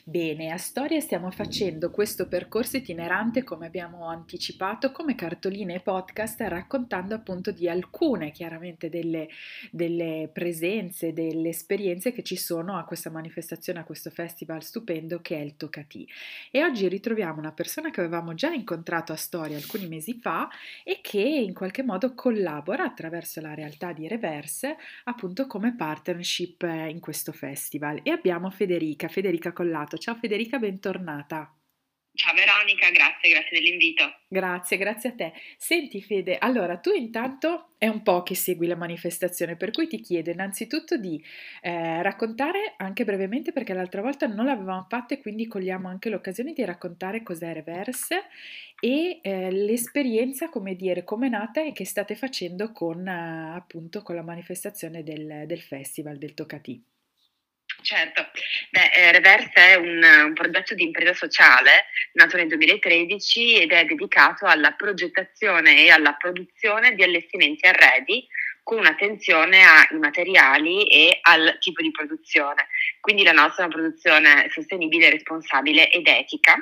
Bene, a Storia stiamo facendo questo percorso itinerante, come abbiamo anticipato, come cartoline e podcast, raccontando appunto di alcune, chiaramente, delle presenze, delle esperienze che ci sono a questa manifestazione, a questo festival stupendo che è il Tocatì. E oggi ritroviamo una persona che avevamo già incontrato a Storia alcuni mesi fa e che in qualche modo collabora attraverso la realtà di Reverse appunto come partnership in questo festival. E abbiamo Federica Collato. Ciao Federica, bentornata. Ciao Veronica, grazie dell'invito. Grazie a te. Senti Fede, allora tu intanto è un po' che segui la manifestazione, per cui ti chiedo innanzitutto di raccontare anche brevemente, perché l'altra volta non l'avevamo fatto e quindi cogliamo anche l'occasione di raccontare cos'è Reverse e l'esperienza, come dire, come è nata e che state facendo con appunto con la manifestazione del festival del Tocatì. Certo, Reverse è un progetto di impresa sociale nato nel 2013 ed è dedicato alla progettazione e alla produzione di allestimenti arredi con un'attenzione ai materiali e al tipo di produzione. Quindi la nostra è una produzione sostenibile, responsabile ed etica.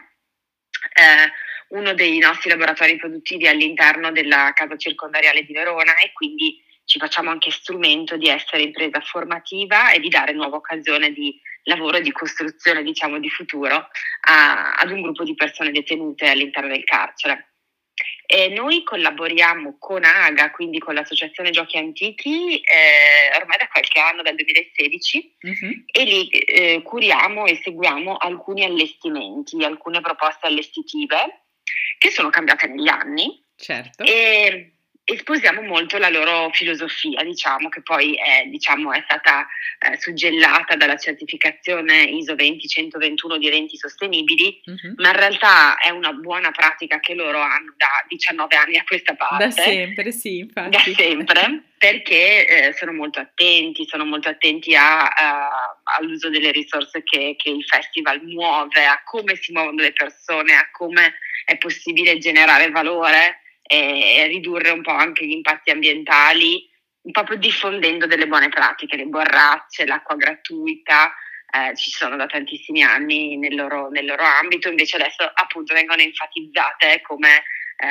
Uno dei nostri laboratori produttivi è all'interno della casa circondariale di Verona e quindi ci facciamo anche strumento di essere impresa formativa e di dare nuova occasione di lavoro e di costruzione, diciamo, di futuro ad un gruppo di persone detenute all'interno del carcere. E noi collaboriamo con AGA, quindi con l'Associazione Giochi Antichi, ormai da qualche anno, dal 2016, Mhm. e lì curiamo e seguiamo alcuni allestimenti, alcune proposte allestitive che sono cambiate negli anni Certo. e sposiamo molto la loro filosofia, diciamo, che poi è stata suggellata dalla certificazione ISO 20121 di eventi sostenibili, Mhm. ma in realtà è una buona pratica che loro hanno da 19 anni a questa Da parte, sempre, sì, da infatti. sempre, perché sono molto attenti all'uso delle risorse che il festival muove, a come si muovono le persone, a come è possibile generare valore e ridurre un po' anche gli impatti ambientali, proprio diffondendo delle buone pratiche, le borracce, l'acqua gratuita, ci sono da tantissimi anni nel loro ambito, invece adesso appunto vengono enfatizzate come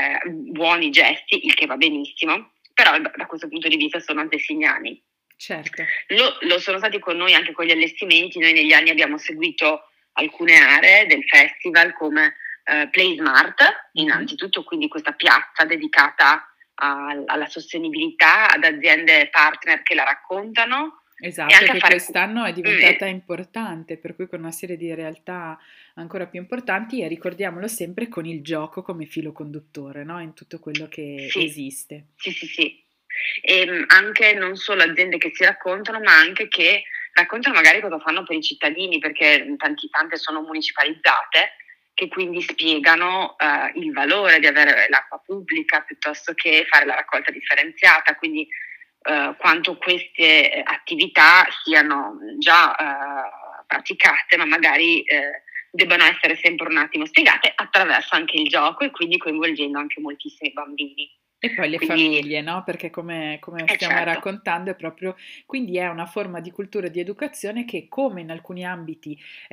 buoni gesti, il che va benissimo, però da questo punto di vista sono antesignani. Certo. Lo sono stati con noi anche con gli allestimenti, noi negli anni abbiamo seguito alcune aree del festival come Play Smart, Mhm. innanzitutto quindi questa piazza dedicata alla sostenibilità, ad aziende partner che la raccontano e Esatto, anche a che fare... quest'anno è diventata importante, per cui con una serie di realtà ancora più importanti e ricordiamolo sempre con il gioco come filo conduttore, no? In tutto quello che Sì, esiste. sì, sì, sì. E anche non solo aziende che si raccontano, ma anche che raccontano magari cosa fanno per i cittadini, perché tante sono municipalizzate, che quindi spiegano il valore di avere l'acqua pubblica piuttosto che fare la raccolta differenziata, quindi quanto queste attività siano già praticate, ma magari debbano essere sempre un attimo spiegate attraverso anche il gioco e quindi coinvolgendo anche moltissimi bambini. E poi le Quindi, famiglie, no? Perché come stiamo certo, raccontando è proprio, quindi è una forma di cultura e di educazione che come in alcuni ambiti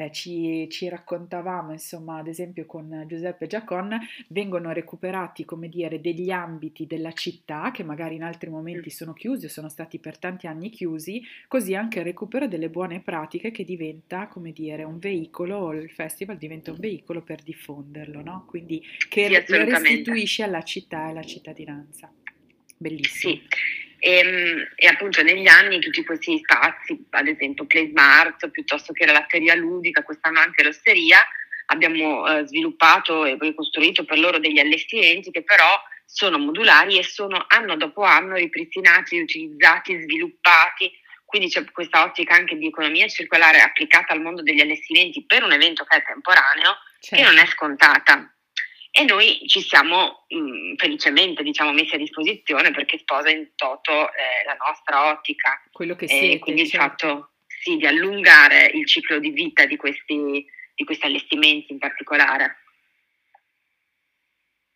ci raccontavamo, insomma, ad esempio con Giuseppe Giacon, vengono recuperati, come dire, degli ambiti della città che magari in altri mm, momenti sono chiusi o sono stati per tanti anni chiusi, così anche il recupero delle buone pratiche che diventa, come dire, un veicolo, il festival diventa un veicolo per diffonderlo, no? Quindi che sì, lo assolutamente. restituisce alla città e alla cittadinanza. Bellissimo. Sì, e appunto negli anni tutti questi spazi, ad esempio Play Smart, piuttosto che la latteria ludica, quest'anno anche l'osteria, abbiamo sviluppato e poi costruito per loro degli allestimenti che però sono modulari e sono anno dopo anno ripristinati, utilizzati, sviluppati. Quindi c'è questa ottica anche di economia circolare applicata al mondo degli allestimenti per un evento che è temporaneo, che non è Certo, scontata. E noi ci siamo felicemente, diciamo, messi a disposizione perché sposa in toto la nostra ottica quello che e siete, quindi il certo. fatto sì, di allungare il ciclo di vita di questi allestimenti in particolare.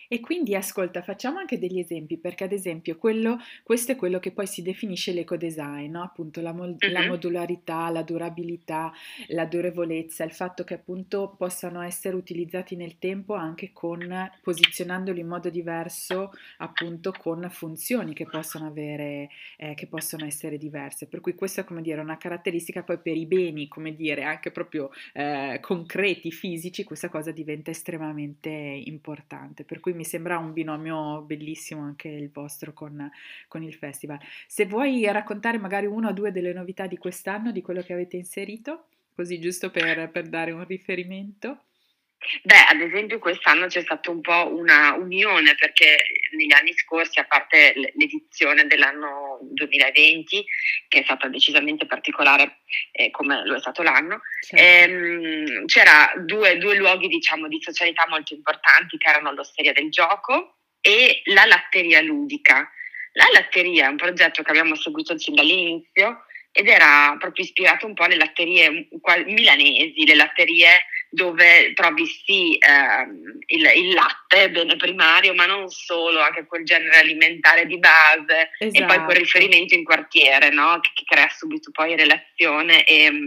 E quindi ascolta, facciamo anche degli esempi, perché ad esempio questo è quello che poi si definisce l'ecodesign, no? Appunto la Mhm. modularità, la durabilità, la durevolezza, il fatto che appunto possano essere utilizzati nel tempo anche posizionandoli in modo diverso, appunto con funzioni che possono avere, che possono essere diverse. Per cui questa è come dire una caratteristica poi per i beni, come dire, anche proprio concreti, fisici, questa cosa diventa estremamente importante. Per cui mi sembra un binomio bellissimo anche il vostro con il festival. Se vuoi raccontare magari una o due delle novità di quest'anno, di quello che avete inserito, così giusto per dare un riferimento. Beh, ad esempio quest'anno c'è stata un po' una unione perché negli anni scorsi, a parte l'edizione dell'anno 2020, che è stata decisamente particolare come lo è stato l'anno, Certo. c'era due luoghi diciamo di socialità molto importanti che erano l'Osteria del Gioco e la Latteria Ludica. La Latteria è un progetto che abbiamo seguito sin dall'inizio ed era proprio ispirato un po' alle latterie milanesi, le latterie dove trovi sì il latte, bene primario, ma non solo, anche quel genere alimentare di base e poi quel Esatto. riferimento in quartiere, no? che crea subito poi relazione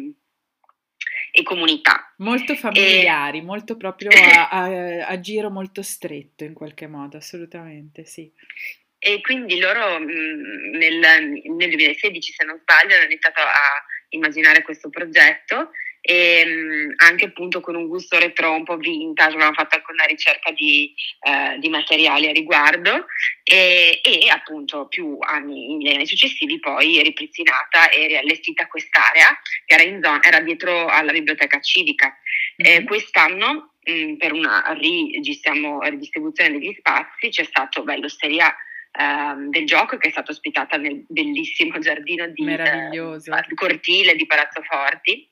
e comunità. Molto E, familiari, molto proprio a giro molto stretto in qualche modo, assolutamente, sì. E quindi loro nel 2016, se non sbaglio, hanno iniziato a immaginare questo progetto e anche appunto con un gusto retro un po' vintage, avevamo fatto anche una ricerca di materiali a riguardo e appunto negli anni successivi poi ripristinata e riallestita quest'area che era dietro alla biblioteca civica. Mhm. Quest'anno per una ridistribuzione degli spazi c'è stato l'osteria del gioco che è stata ospitata nel bellissimo giardino Meraviglioso. cortile di Palazzo Forti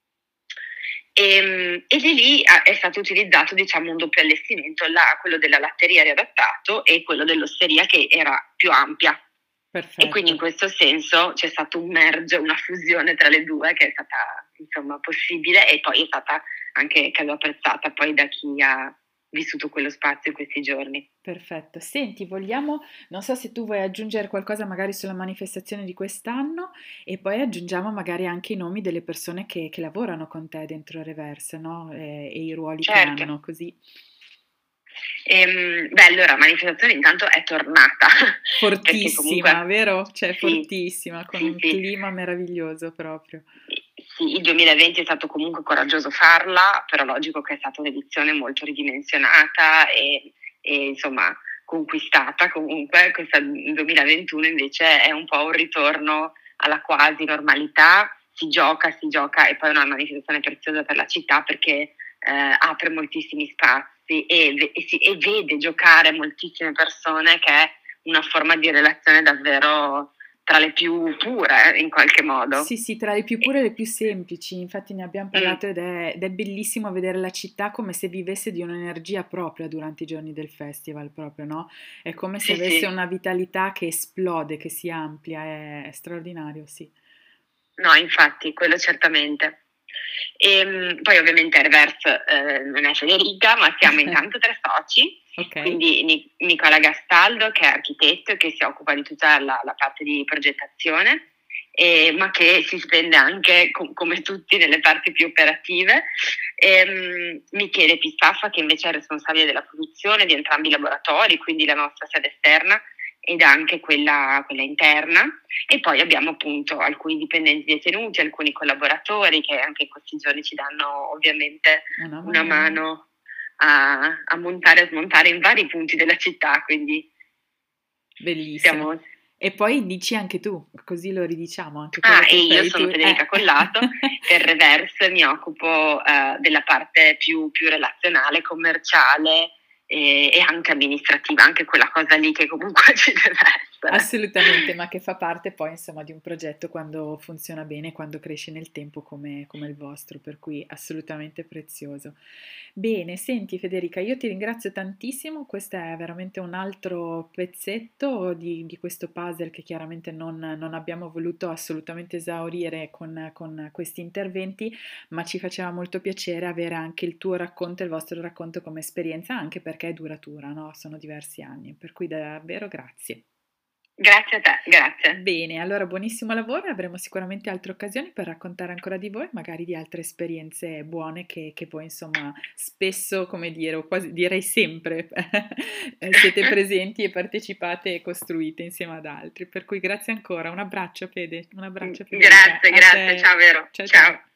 e di lì è stato utilizzato diciamo un doppio allestimento, quello della latteria riadattato e quello dell'osteria che era più ampia. E quindi in Perfetto. questo senso c'è stato un merge, una fusione tra le due che è stata insomma possibile e poi è stata anche credo apprezzata poi da chi ha vissuto quello spazio in questi giorni. Perfetto. Senti, non so se tu vuoi aggiungere qualcosa magari sulla manifestazione di quest'anno e poi aggiungiamo magari anche i nomi delle persone che lavorano con te dentro Reverse, no? E i ruoli che Certo. hanno, così. Allora, la manifestazione intanto è tornata, perché Fortissima, comunque vero? Cioè, sì, fortissima, con sì, un sì, clima meraviglioso proprio. sì, il 2020 è stato comunque coraggioso farla, però logico che è stata un'edizione molto ridimensionata e insomma conquistata comunque. Questa 2021 invece è un po' un ritorno alla quasi normalità, si gioca e poi è una manifestazione preziosa per la città perché apre moltissimi spazi e vede giocare moltissime persone che è una forma di relazione davvero tra le più pure in qualche modo. Sì, sì, tra le più pure e le più semplici, infatti ne abbiamo Mm, parlato ed è bellissimo vedere la città come se vivesse di un'energia propria durante i giorni del festival, proprio, no? È come se sì, avesse sì, una vitalità che esplode, che si amplia, è straordinario, sì. no, infatti, quello certamente. Poi ovviamente Reverse non è Federica, ma siamo intanto tre soci, Ok, quindi Nicola Gastaldo che è architetto e che si occupa di tutta la parte di progettazione, ma che si spende anche come tutti nelle parti più operative. Michele Pistaffa che invece è responsabile della produzione di entrambi i laboratori, quindi la nostra sede esterna ed anche quella interna. E poi abbiamo appunto alcuni dipendenti detenuti, alcuni collaboratori che anche in questi giorni ci danno ovviamente una una mano. mano a montare e smontare in vari punti della città, quindi Bellissimo. siamo... E poi dici anche tu, così lo ridiciamo, anche quello Ah, che e io fai tu. sono Federica Collato, per Reverse mi occupo della parte più relazionale, commerciale e anche amministrativa, anche quella cosa lì che comunque ci deve essere. Assolutamente, ma che fa parte poi insomma di un progetto quando funziona bene, quando cresce nel tempo come il vostro, per cui assolutamente prezioso. Bene, senti Federica, io ti ringrazio tantissimo, questo è veramente un altro pezzetto di questo puzzle che chiaramente non abbiamo voluto assolutamente esaurire con questi interventi, ma ci faceva molto piacere avere anche il tuo racconto e il vostro racconto come esperienza, anche perché è duratura, no? Sono diversi anni, per cui davvero grazie. Grazie a te, grazie. Bene, allora buonissimo lavoro e avremo sicuramente altre occasioni per raccontare ancora di voi, magari di altre esperienze buone che voi insomma spesso, come dire, o quasi direi sempre, siete presenti e partecipate e costruite insieme ad altri. Per cui grazie ancora, un abbraccio Fede, un abbraccio Federica, Grazie, a grazie, te, ciao Vero, ciao ciao. ciao.